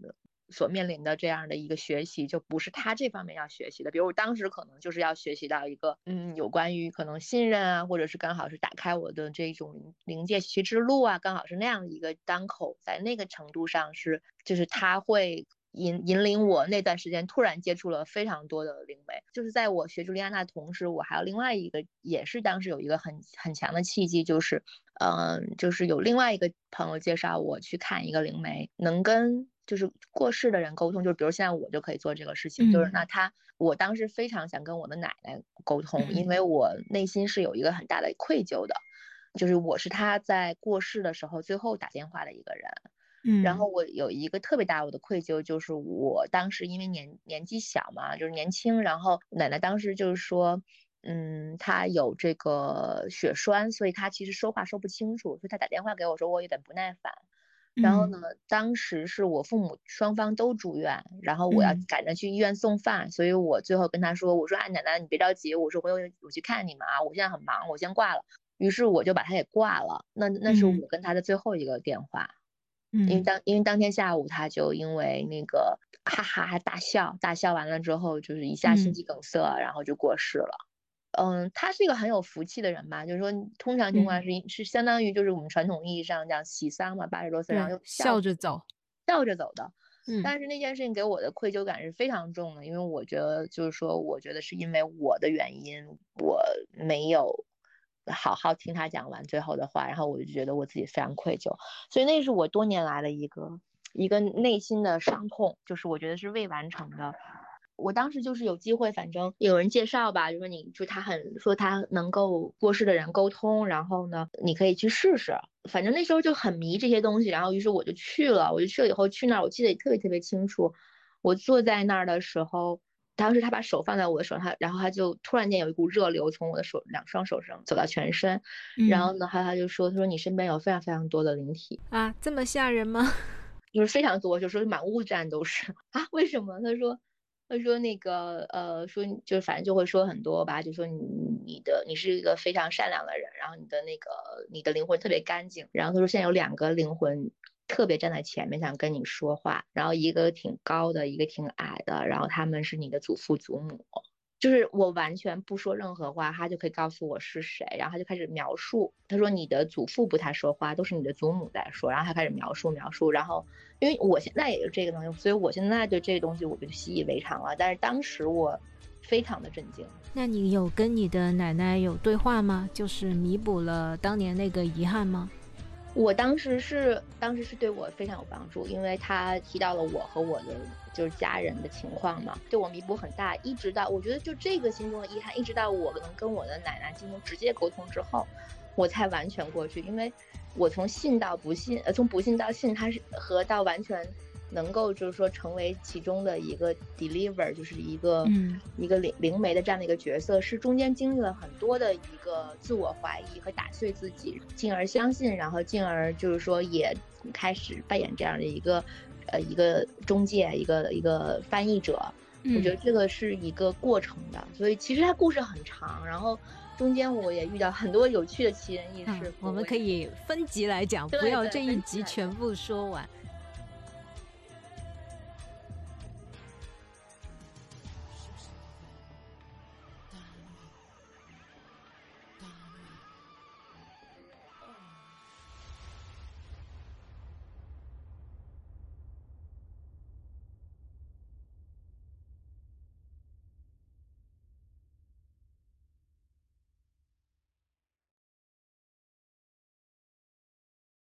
所面临的这样的一个学习就不是他这方面要学习的，比如我当时可能就是要学习到一个嗯有关于可能信任啊，或者是刚好是打开我的这种灵界学习之路啊，刚好是那样的一个当口，在那个程度上是就是他会引引领我那段时间突然接触了非常多的灵媒。就是在我学朱莉安娜同时，我还有另外一个也是当时有一个很很强的契机，就是嗯、呃，就是有另外一个朋友介绍我去看一个灵媒，能跟就是过世的人沟通，就是比如现在我就可以做这个事情，
嗯、
就是那他我当时非常想跟我的奶奶沟通，
嗯、
因为我内心是有一个很大的愧疚的，就是我是他在过世的时候最后打电话的一个人。
嗯，
然后我有一个特别大我的愧疚，就是我当时因为年年纪小嘛，就是年轻，然后奶奶当时就是说嗯，她有这个血栓，所以她其实说话说不清楚，所以她打电话给我说我有点不耐烦。然后呢，当时是我父母双方都住院，然后我要赶着去医院送饭，嗯、所以我最后跟他说，我说啊奶奶你别着急，我说我有我去看你们啊，我现在很忙，我先挂了。于是我就把他给挂了，那那是我跟他的最后一个电话。嗯、因为当因为当天下午他就因为那个哈哈哈大笑，大笑完了之后就是一下心肌梗塞，嗯、然后就过世了。嗯，他是一个很有福气的人吧，就是说通常情况是、嗯、是相当于就是我们传统意义上讲喜丧嘛，八十多岁然后就
笑着走，
笑着走的。
嗯，
但是那件事情给我的愧疚感是非常重的，因为我觉得就是说，我觉得是因为我的原因，我没有好好听他讲完最后的话，然后我就觉得我自己非常愧疚，所以那是我多年来的一个一个内心的伤痛，就是我觉得是未完成的。我当时就是有机会，反正有人介绍吧，就说你就他很说他能够过世的人沟通，然后呢你可以去试试。反正那时候就很迷这些东西，然后于是我就去了。我就去了以后去那儿，我记得也特别特别清楚。我坐在那儿的时候，当时他把手放在我的手上，然后他就突然间有一股热流从我的手两双手上走到全身，嗯、然后呢他他就说他说你身边有非常非常多的灵体
啊，这么吓人吗？
就是非常多，就说满屋站都是啊，为什么？他说。他说那个呃，说就反正就会说很多吧，就说你你的你是一个非常善良的人，然后你的那个你的灵魂特别干净。然后他说现在有两个灵魂特别站在前面想跟你说话，然后一个挺高的，一个挺矮的，然后他们是你的祖父祖母。就是我完全不说任何话，他就可以告诉我是谁，然后他就开始描述。他说你的祖父不太说话，都是你的祖母在说，然后他开始描述描述，然后因为我现在也有这个东西，所以我现在对这个东西我就习以为常了。但是当时我非常的震惊。
那你有跟你的奶奶有对话吗？就是弥补了当年那个遗憾吗？
我当时是当时是对我非常有帮助，因为他提到了我和我的就是家人的情况嘛，对我弥补很大。一直到我觉得就这个心中的遗憾，一直到我能跟我的奶奶进行直接沟通之后，我才完全过去。因为我从信到不信，呃，从不信到信，它是和到完全能够就是说成为其中的一个 deliver， 就是一个、嗯、一个灵灵媒的这样的一个角色，是中间经历了很多的一个自我怀疑和打碎自己，进而相信，然后进而就是说也开始扮演这样的一个呃一个中介，一个一个翻译者。我觉得这个是一个过程的，所以其实它故事很长，然后中间我也遇到很多有趣的奇人异事、嗯、
我们可以分集来讲，不要这一集全部说完。